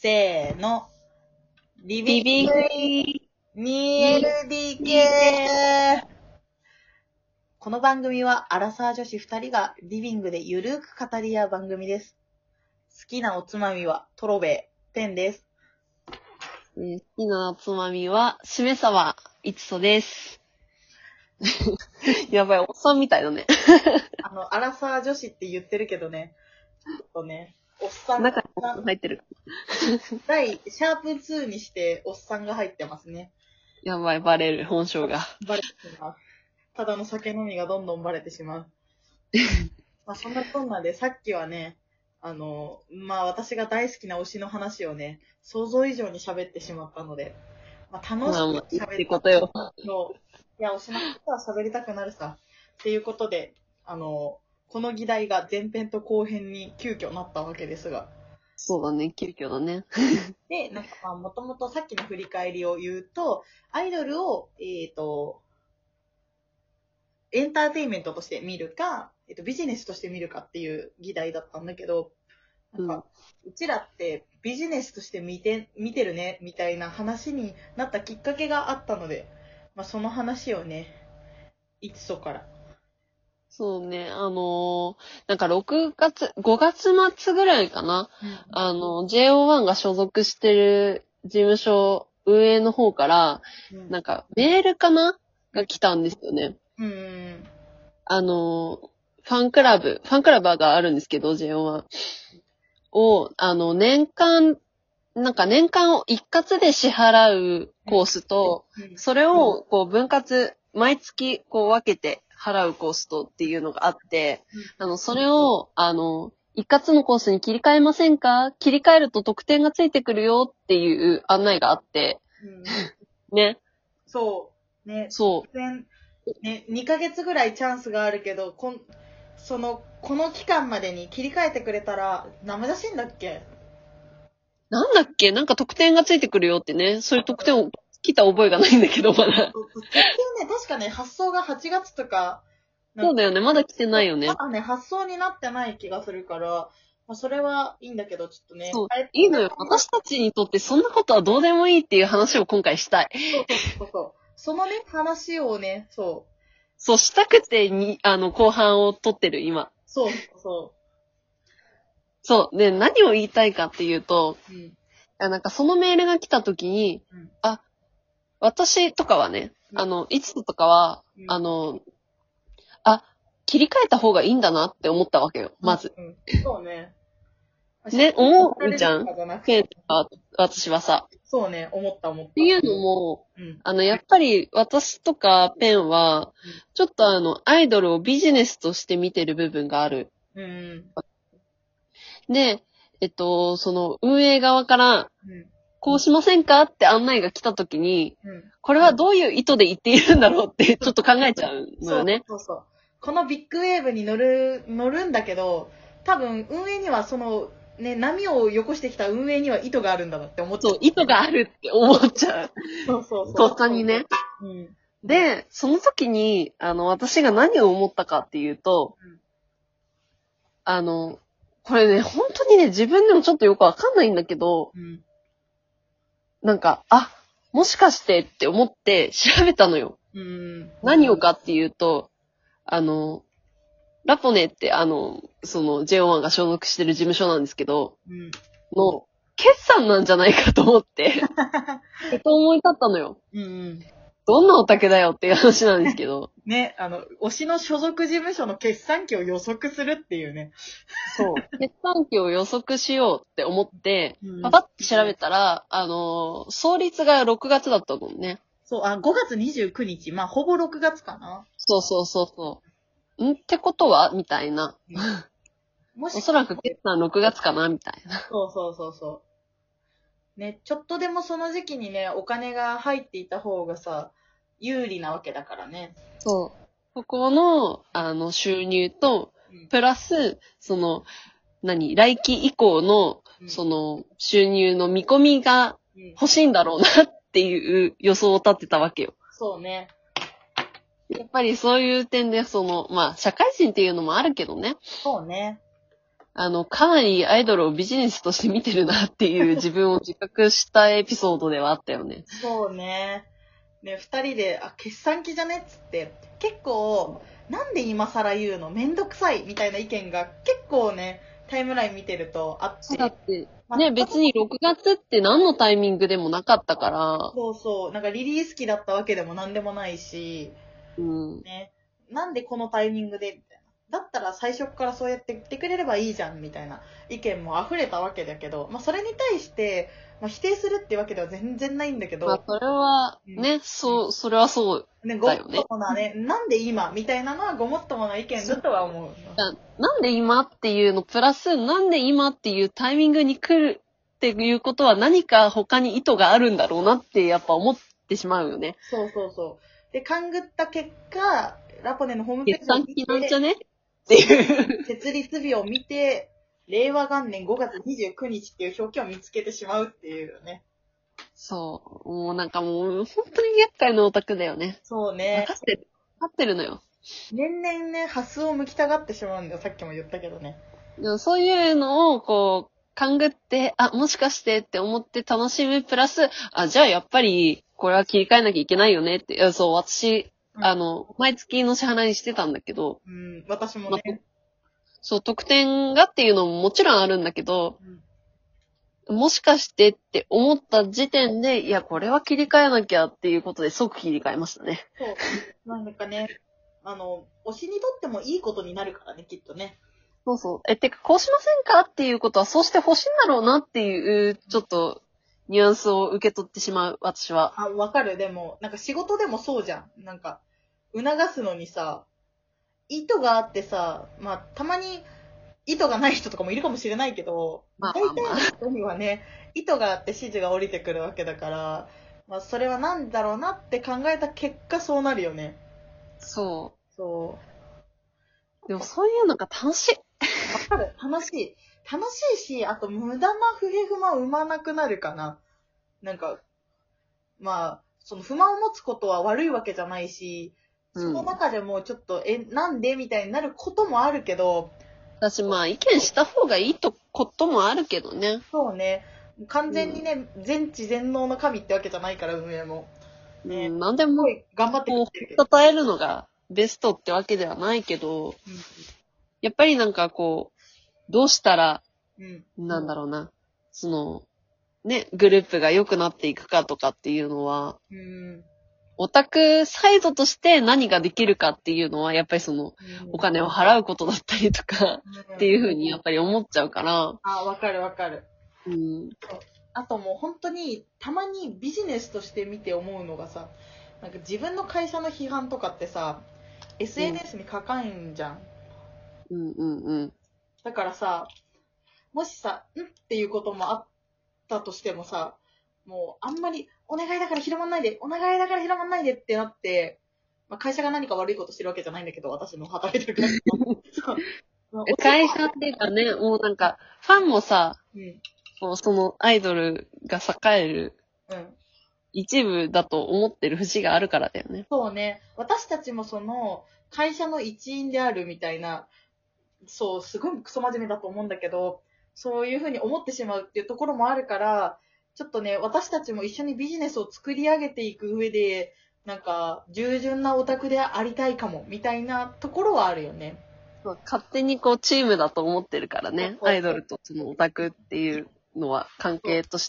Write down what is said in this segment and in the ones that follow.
せーの。リビビングビ 2LDK。この番組はアラサー女子2人がリビングでゆるく語り合う番組です。好きなおつまみはトロベー、ペンです。 好きなおつまみは、しめさば、いつとです。やばい、おっさんみたいだね。 アラサー女子って言ってるけどね、ちょっとね、おっさんが中におっさん入ってる。 シャープ2にしておっさんが入ってますね。 やばい、バレる、本性が。 バレてしまう。ただの酒飲みがどんどんバレてしまう。まあそんなこんなでさっきはね、私が大好きな推しの話をね、想像以上に喋ってしまったので、楽しく喋ってったことよ。 の。いや、推しのことは喋りたくなるさ。っていうことで、この議題が前編と後編に急遽なったわけですが。 そうだね、急遽だね。 で、もともとさっきの振り返りを言うと、アイドルを、エンターテインメントとして見るか、ビジネスとして見るかっていう議題だったんだけど、うちらってビジネスとして見てるね、みたいな話になったきっかけがあったので、その話をね、いつそから。 そうね、なんか5月末ぐらいかな。JO1 が所属してる事務所運営の方から、なんかメールかなが来たんですよね。ファンクラブがあるんですけど、JO1 を、年間を一括で支払うコースと、それをこう分割、毎月こう分けて払うコースとっていうのがあって、それを、一括のコースに切り替えませんか？切り替えると特典がついてくるよっていう案内があって、ね。 そう。ね。 そう。 ね、2ヶ月ぐらいチャンスがあるけど、この期間までに切り替えてくれたら、生写真だっけ？ なんだっけ？なんか特典がついてくるよってね。そういう特典を来た覚えがないんだけど、まだ。 特典ね、確かね、発送が8月とか。 そうだよね。まだ来てないよね。 まだね、発送になってない気がするから、それはいいんだけど、ちょっとね。 そう。いいのよ。私たちにとってそんなことはどうでもいいっていう話を今回したい。 そう。そのね、話をね、そう。 そう、したくて後半を撮ってる、今。 そう。 そう。で、何を言いたいかっていうと、なんかそのメールが来た時に、私とかはね、いつとかは、切り替えた方がいいんだなって思ったわけよ、まず。 そうね。 ね、思うじゃん。ペンとか、私はさ。 そうね、思った。 っていうのも、やっぱり私とかペンは、ちょっとアイドルをビジネスとして見てる部分がある。で、その運営側から、こうしませんかって案内が来た時に、これはどういう意図で言っているんだろうってちょっと考えちゃうのよね。 そう。このビッグウェーブに乗るんだけど、多分運営にはね、波をよこしてきた運営には意図があるんだなって思っちゃう。 そう、意図があるって思っちゃう。とっさにね。で、その時に、私が何を思ったかっていうと、これね、本当にね、自分でもちょっとよくわかんないんだけど、なんか、もしかしてって思って調べたのよ。何をかっていうと、ラポネってその JO1 が所属してる事務所なんですけど、の、決算なんじゃないかと思って、と思い立ったのよ。どんなオタクだよっていう話なんですけど。 ね、推しの所属事務所の決算期を予測するっていうね。 そう。決算期を予測しようって思って、パパって調べたら、創立が6月だったもんね。 そう、5月29日。ほぼ6月かな。 そう。ってことはみたいな。おそらく決算6月かなみたいな。 そう。ね、ちょっとでもその時期にね、お金が入っていた方がさ、有利なわけだからね。 そう。ここの、収入と、プラス、来期以降の、収入の見込みが欲しいんだろうなっていう予想を立てたわけよ。 そうね。 やっぱりそういう点で、社会人っていうのもあるけどね。 そうね。 かなりアイドルをビジネスとして見てるなっていう自分を自覚したエピソードではあったよね。 そうね。ね、二人で、決算期じゃねっつって、結構、なんで今更言うのめんどくさいみたいな意見が結構ね、タイムライン見てるとあって。 だって、ね、別に6月って何のタイミングでもなかったから。 そうそう。なんかリリース期だったわけでもなんでもないし、 うん。 ね。なんでこのタイミングでみたいな。だったら最初からそうやって言ってくれればいいじゃんみたいな意見も溢れたわけだけど、それに対して、否定するってわけでは全然ないんだけど、 それは、ね、それはそうね、ごもっだよね。 ともなね、なんで今みたいなのはごもっともな意見だとは思う。 なんで今っていうのプラス、なんで今っていうタイミングに来るっていうことは何か他に意図があるんだろうなってやっぱ思ってしまうよね。 そうそうそう。で、勘ぐった結果、ラポネのホームペー決ジを見算期なんじゃて、 ねっていう。 設立日を見て、令和元年5月29日っていう表記を見つけてしまうっていうね。 そう。もうなんかもう、本当に厄介なオタクだよね。 そうね。 分かってるのよ。 年々ね、ハスを向きたがってしまうんだよ。さっきも言ったけどね。 でもそういうのを、こう、勘ぐって、もしかしてって思って楽しむプラス、じゃあやっぱり、これは切り替えなきゃいけないよねって、そう、私、毎月の支払いにしてたんだけど、 私もね。 そう、特典がっていうのももちろんあるんだけど、もしかしてって思った時点で、いや、これは切り替えなきゃっていうことで即切り替えましたね。 そう。なんかね、推しにとってもいいことになるからね、きっとね。 そうそう。てか、こうしませんかっていうことは、そうしてほしいんだろうなっていう、ちょっと、ニュアンスを受け取ってしまう、私は。 わかる。でも、なんか仕事でもそうじゃん。なんか、促すのにさ、意図があってさ、たまに意図がない人とかもいるかもしれないけど、大体の人にはね、意図があって指示が降りてくるわけだから、それはなんだろうなって考えた結果そうなるよね。 そそう。 う。でもそういうのが楽しい。 わかる。楽しい。楽しいし、あと無駄な不平不満を生まなくなるかな。なんか、その不満を持つことは悪いわけじゃないし、その中でもちょっと、なんでみたいになることもあるけど、 私意見した方がいいこともあるけどね。 そうね。完全にね、全知全能の神ってわけじゃないから、運営も。ね。 なんでも、 すごい頑張ってくれてるけど。 称えるのがベストってわけではないけど、やっぱりなんかこう、どうしたら、なんだろうな、その、ね、グループが良くなっていくかとかっていうのは、オタクサイドとして何ができるかっていうのは、やっぱりその、お金を払うことだったりとか、っていうふうにやっぱり思っちゃうから。 わかるわかる。あともう本当に、たまにビジネスとして見て思うのがさ、なんか自分の会社の批判とかってさ、SNS に書かんじゃん。だからさ、もしさ、っていうこともあったとしてもさ、もうあんまり、お願いだから広まんないで、お願いだから広まんないでってなって、会社が何か悪いことしてるわけじゃないんだけど、私の働いてる会社会社っていうかね、もうなんか、ファンもさ、そのアイドルが栄える一部だと思ってる節があるからだよね。 そうね。私たちもその、会社の一員であるみたいな、そう、すごいクソ真面目だと思うんだけど、そういうふうに思ってしまうっていうところもあるから、ちょっとね、私たちも一緒にビジネスを作り上げていく上で、なんか、従順なオタクでありたいかも、みたいなところはあるよね。 勝手にこうチームだと思ってるからね。アイドルとそのオタクっていうのは関係として。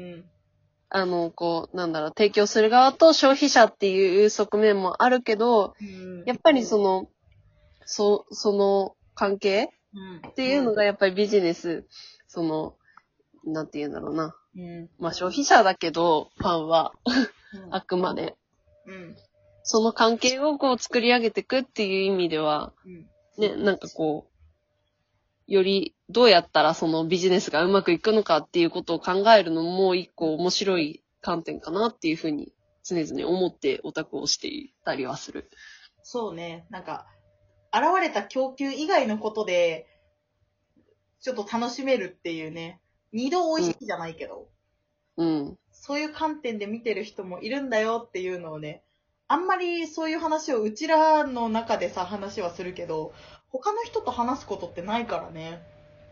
提供する側と消費者っていう側面もあるけど、やっぱりその関係っていうのがやっぱりビジネス、なんて言うんだろうな。消費者だけど、ファンは、あくまで。その関係をこう作り上げていくっていう意味では、ね、なんかこう、よりどうやったらそのビジネスがうまくいくのかっていうことを考えるのも一個面白い観点かなっていうふうに常々思ってオタクをしていたりはする。 そうね。なんか、現れた供給以外のことで、ちょっと楽しめるっていうね。二度美味しいじゃないけど。そういう観点で見てる人もいるんだよっていうのをね、あんまりそういう話をうちらの中でさ、話はするけど、他の人と話すことってないからね。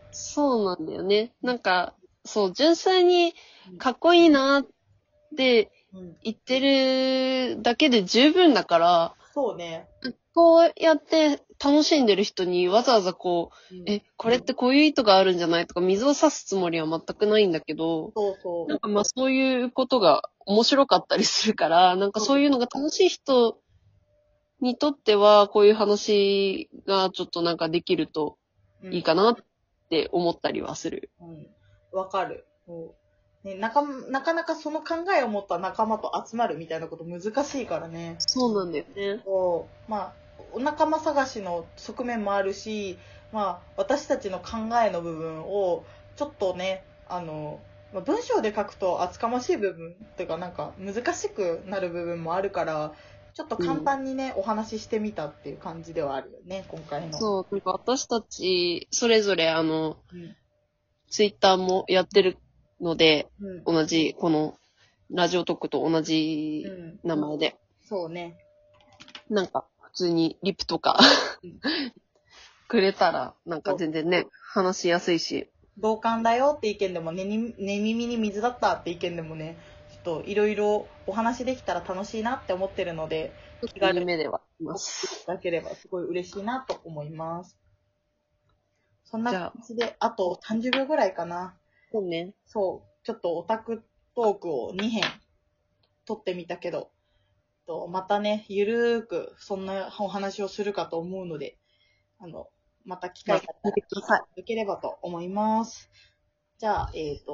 そうなんだよね。なんか、そう、純粋にかっこいいなってうん。 言ってるだけで十分だから、 そうね。 こうやって楽しんでる人にわざわざこう、 うん。 これってこういう意図があるんじゃないとか水を差すつもりは全くないんだけど、 そうそう。 なんかまあそういうことが面白かったりするから、なんかそういうのが楽しい人にとってはこういう話がちょっとなんかできるとうん。 いいかなって思ったりはする。 うん。わかる。ね、なかなかその考えを持った仲間と集まるみたいなこと難しいからね。 そうなんだよね。 まあ、お仲間探しの側面もあるし、まあ、私たちの考えの部分を、ちょっとね、まあ文章で書くと厚かましい部分っていうかなんか難しくなる部分もあるから、ちょっと簡単にね、お話ししてみたっていう感じではあるよね、今回の。 そう、なんか私たち、それぞれうん。 ツイッターもやってるので、 うん。 同じ、この、ラジオトークと同じうん。 名前で、 そうね。 なんか、普通にリプとかうんくれたら、なんかそう全然ね、話しやすいし。 同感だよって意見でも、寝耳に水だったって意見でもね、ちょっといろいろお話できたら楽しいなって思ってるので、気軽に夢ではいま送っていす。 ただければすごい嬉しいなと思います。そんなじゃあ、 感じで、あと30秒ぐらいかな。 そうね。 そう、ちょっとオタクトークを2編撮ってみたけど、またね、ゆるーくそんなお話をするかと思うので、また機まあ、 会があったら聞いてください。 できればと思います。じゃあ、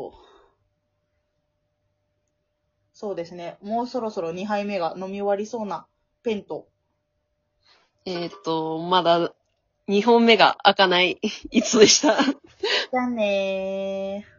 そうですね。もうそろそろ2杯目が飲み終わりそうなペンと。 まだ2本目が開かないいつでした。 じゃあねー。